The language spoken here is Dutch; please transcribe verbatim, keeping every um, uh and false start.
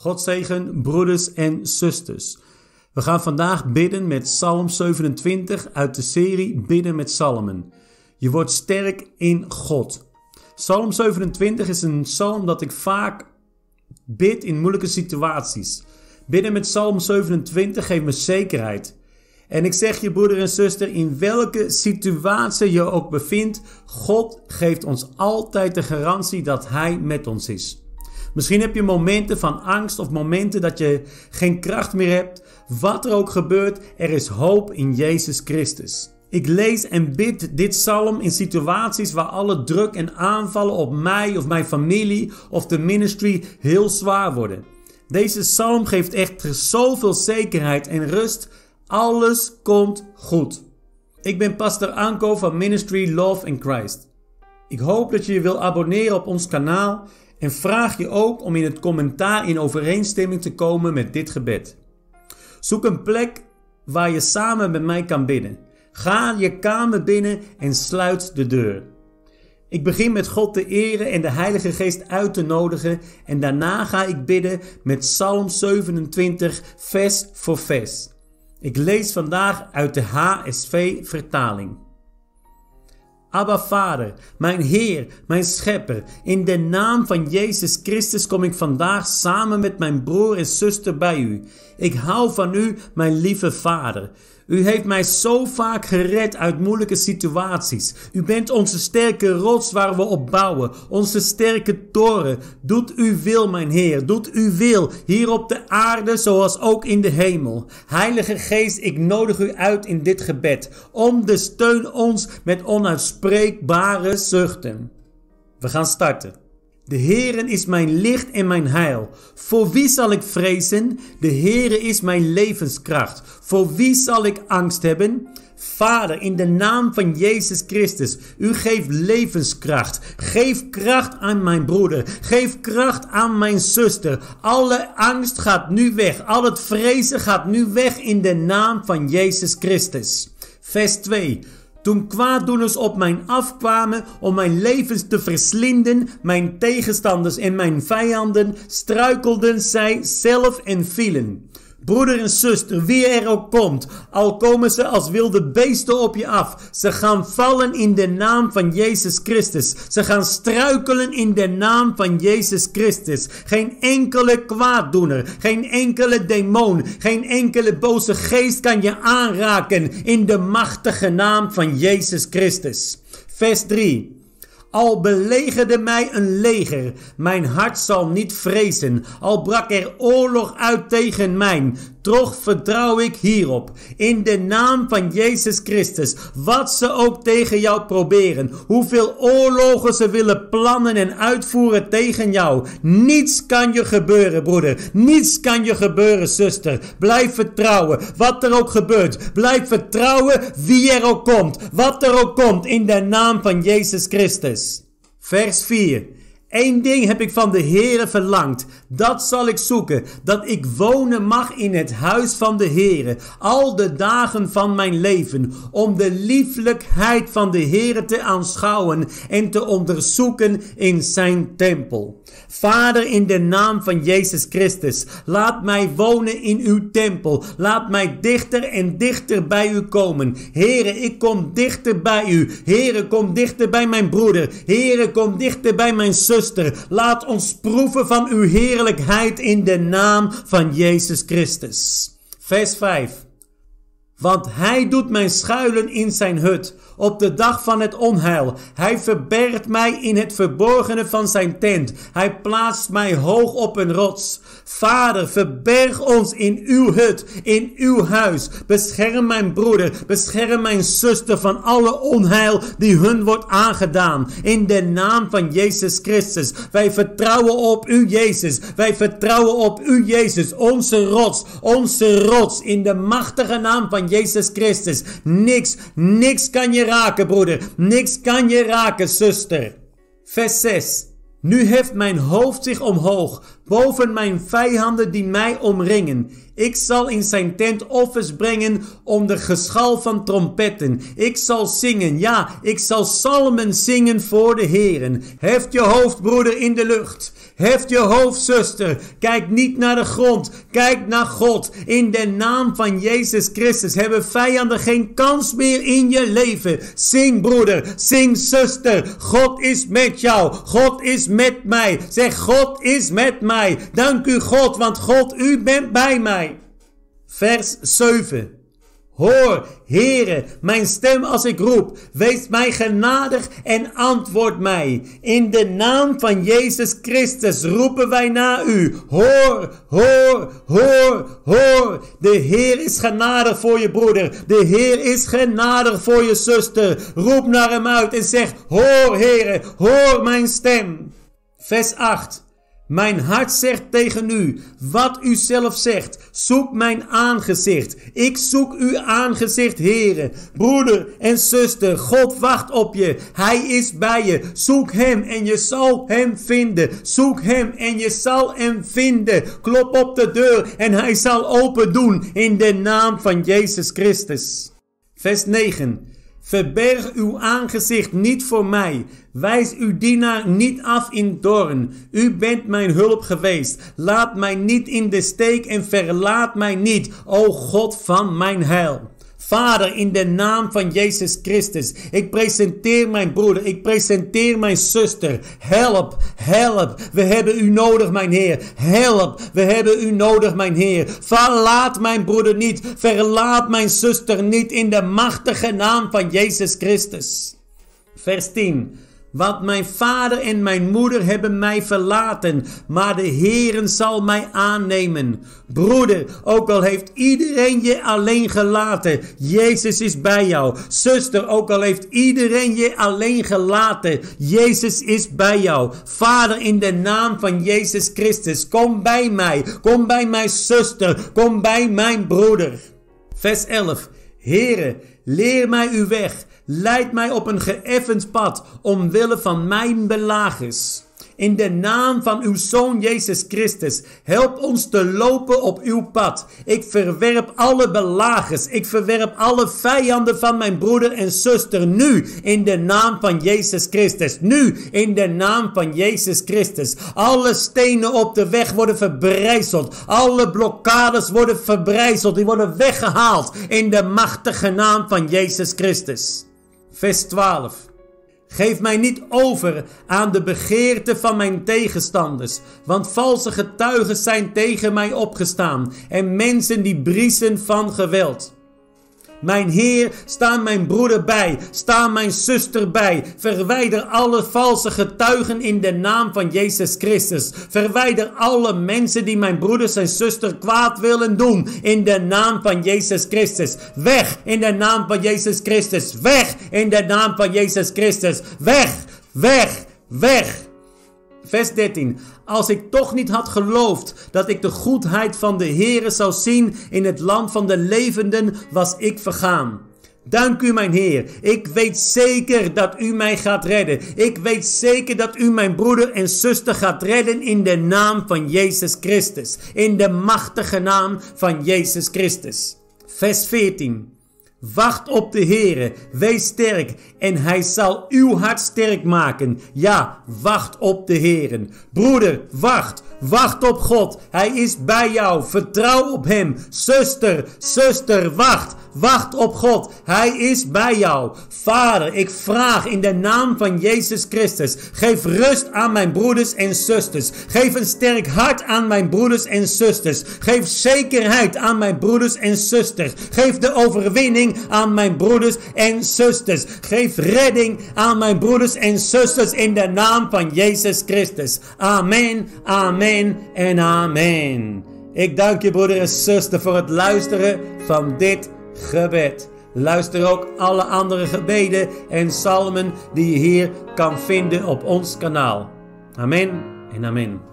God zegen, broeders en zusters. We gaan vandaag bidden met Psalm zevenentwintig uit de serie Bidden met Psalmen. Je wordt sterk in God. Psalm zevenentwintig is een psalm dat ik vaak bid in moeilijke situaties. Bidden met Psalm zevenentwintig geeft me zekerheid. En ik zeg je broeder en zuster, in welke situatie je ook bevindt, God geeft ons altijd de garantie dat Hij met ons is. Misschien heb je momenten van angst of momenten dat je geen kracht meer hebt. Wat er ook gebeurt, er is hoop in Jezus Christus. Ik lees en bid dit psalm in situaties waar alle druk en aanvallen op mij of mijn familie of de ministry heel zwaar worden. Deze psalm geeft echt zoveel zekerheid en rust. Alles komt goed. Ik ben pastor Anko van Ministry Love in Christ. Ik hoop dat je je wil abonneren op ons kanaal en vraag je ook om in het commentaar in overeenstemming te komen met dit gebed. Zoek een plek waar je samen met mij kan bidden. Ga je kamer binnen en sluit de deur. Ik begin met God te eren en de Heilige Geest uit te nodigen en daarna ga ik bidden met Psalm zevenentwintig vers voor vers. Ik lees vandaag uit de H S V-vertaling. Abba Vader, mijn Heer, mijn Schepper, in de naam van Jezus Christus kom ik vandaag samen met mijn broer en zuster bij u. Ik hou van u, mijn lieve Vader. U heeft mij zo vaak gered uit moeilijke situaties. U bent onze sterke rots waar we op bouwen, onze sterke toren. Doet uw wil, mijn Heer, doet uw wil, hier op de aarde zoals ook in de hemel. Heilige Geest, ik nodig u uit in dit gebed. Ondersteun ons met onuitspreekbare zuchten. We gaan starten. De Heere is mijn licht en mijn heil. Voor wie zal ik vrezen? De Heere is mijn levenskracht. Voor wie zal ik angst hebben? Vader, in de naam van Jezus Christus, u geeft levenskracht. Geef kracht aan mijn broeder. Geef kracht aan mijn zuster. Alle angst gaat nu weg. Al het vrezen gaat nu weg in de naam van Jezus Christus. Vers twee. Toen kwaaddoeners op mij afkwamen om mijn levens te verslinden, mijn tegenstanders en mijn vijanden, struikelden zij zelf en vielen. Broeder en zuster, wie er ook komt, al komen ze als wilde beesten op je af. Ze gaan vallen in de naam van Jezus Christus. Ze gaan struikelen in de naam van Jezus Christus. Geen enkele kwaaddoener, geen enkele demon, geen enkele boze geest kan je aanraken in de machtige naam van Jezus Christus. Vers drie. Al belegerde mij een leger, mijn hart zal niet vrezen. Al brak er oorlog uit tegen mij, toch vertrouw ik hierop. In de naam van Jezus Christus, wat ze ook tegen jou proberen, hoeveel oorlogen ze willen plannen en uitvoeren tegen jou. Niets kan je gebeuren, broeder. Niets kan je gebeuren, zuster. Blijf vertrouwen, wat er ook gebeurt. Blijf vertrouwen wie er ook komt. Wat er ook komt, in de naam van Jezus Christus. Vers vier. Eén ding heb ik van de Heere verlangd, dat zal ik zoeken, dat ik wonen mag in het huis van de Heere, al de dagen van mijn leven, om de lieflijkheid van de Heere te aanschouwen en te onderzoeken in zijn tempel. Vader, in de naam van Jezus Christus, laat mij wonen in uw tempel, laat mij dichter en dichter bij u komen. Heere, ik kom dichter bij u. Heere, kom dichter bij mijn broeder. Heere, kom dichter bij mijn zuster. Laat ons proeven van uw heerlijkheid in de naam van Jezus Christus. Vers vijf. Want hij doet mij schuilen in zijn hut op de dag van het onheil. Hij verbergt mij in het verborgene van zijn tent. Hij plaatst mij hoog op een rots. Vader, verberg ons in uw hut, in uw huis. Bescherm mijn broeder, bescherm mijn zuster van alle onheil die hun wordt aangedaan. In de naam van Jezus Christus. Wij vertrouwen op u, Jezus. Wij vertrouwen op u, Jezus. Onze rots, onze rots. In de machtige naam van Jezus Christus. Niks, niks kan je raken, broeder. Niks kan je raken, zuster. Vers zes. Nu heft mijn hoofd zich omhoog. boven mijn vijanden die mij omringen. Ik zal in zijn tent offers brengen onder geschal van trompetten. Ik zal zingen, ja, ik zal psalmen zingen voor de Heeren. Heft je hoofd, broeder, in de lucht. Heft je hoofd, zuster. Kijk niet naar de grond. Kijk naar God. In de naam van Jezus Christus hebben vijanden geen kans meer in je leven. Zing, broeder. Zing, zuster. God is met jou. God is met mij. Zeg, God is met mij. Dank u, God, want God, u bent bij mij. Vers zeven. Hoor, Heere, mijn stem als ik roep. Wees mij genadig en antwoord mij. In de naam van Jezus Christus roepen wij naar u. Hoor, hoor, hoor, hoor. De Heer is genadig voor je broeder. De Heer is genadig voor je zuster. Roep naar hem uit en zeg, hoor, Heere, hoor mijn stem. Vers acht. Mijn hart zegt tegen u, wat u zelf zegt, zoek mijn aangezicht. Ik zoek uw aangezicht, Heere. Broeder en zuster, God wacht op je. Hij is bij je. Zoek hem en je zal hem vinden. Zoek hem en je zal hem vinden. Klop op de deur en hij zal open doen in de naam van Jezus Christus. Vers negen. Verberg uw aangezicht niet voor mij. Wijs uw dienaar niet af in doorn. U bent mijn hulp geweest. Laat mij niet in de steek en verlaat mij niet, o God van mijn heil. Vader, in de naam van Jezus Christus, ik presenteer mijn broeder, ik presenteer mijn zuster. Help, help, we hebben u nodig, mijn Heer. Help, we hebben u nodig, mijn Heer. Verlaat mijn broeder niet, verlaat mijn zuster niet in de machtige naam van Jezus Christus. Vers tien. Want mijn vader en mijn moeder hebben mij verlaten, maar de Heere zal mij aannemen. Broeder, ook al heeft iedereen je alleen gelaten, Jezus is bij jou. Zuster, ook al heeft iedereen je alleen gelaten, Jezus is bij jou. Vader, in de naam van Jezus Christus, kom bij mij, kom bij mijn zuster, kom bij mijn broeder. Vers elf. Heere, leer mij uw weg. Leid mij op een geëffend pad, omwille van mijn belagers. In de naam van uw Zoon Jezus Christus, help ons te lopen op uw pad. Ik verwerp alle belagers, ik verwerp alle vijanden van mijn broeder en zuster nu, in de naam van Jezus Christus. Nu, in de naam van Jezus Christus. Alle stenen op de weg worden verbrijzeld, alle blokkades worden verbrijzeld, die worden weggehaald, in de machtige naam van Jezus Christus. Vers twaalf. Geef mij niet over aan de begeerte van mijn tegenstanders, want valse getuigen zijn tegen mij opgestaan en mensen die briezen van geweld. Mijn Heer, sta mijn broeder bij, sta mijn zuster bij. Verwijder alle valse getuigen in de naam van Jezus Christus. Verwijder alle mensen die mijn broeders en zuster kwaad willen doen in de naam van Jezus Christus. Weg in de naam van Jezus Christus. Weg in de naam van Jezus Christus. Weg, weg, weg. Vers dertien. Als ik toch niet had geloofd dat ik de goedheid van de Heere zou zien in het land van de levenden, was ik vergaan. Dank u, mijn Heer. Ik weet zeker dat u mij gaat redden. Ik weet zeker dat u mijn broeder en zuster gaat redden in de naam van Jezus Christus. In de machtige naam van Jezus Christus. Vers veertien. Wacht op de Heere, wees sterk en hij zal uw hart sterk maken. Ja, wacht op de Heere. Broeder, wacht, wacht op God. Hij is bij jou, vertrouw op hem. Zuster, zuster, wacht, wacht op God. Hij is bij jou. Vader, ik vraag in de naam van Jezus Christus, geef rust aan mijn broeders en zusters. Geef een sterk hart aan mijn broeders en zusters. Geef zekerheid aan mijn broeders en zusters. Geef de overwinning aan mijn broeders en zusters. Geef redding aan mijn broeders en zusters in de naam van Jezus Christus. Amen, amen en amen. Ik dank je, broeder en zuster, voor het luisteren van dit gebed. Luister ook alle andere gebeden en psalmen die je hier kan vinden op ons kanaal. Amen en amen.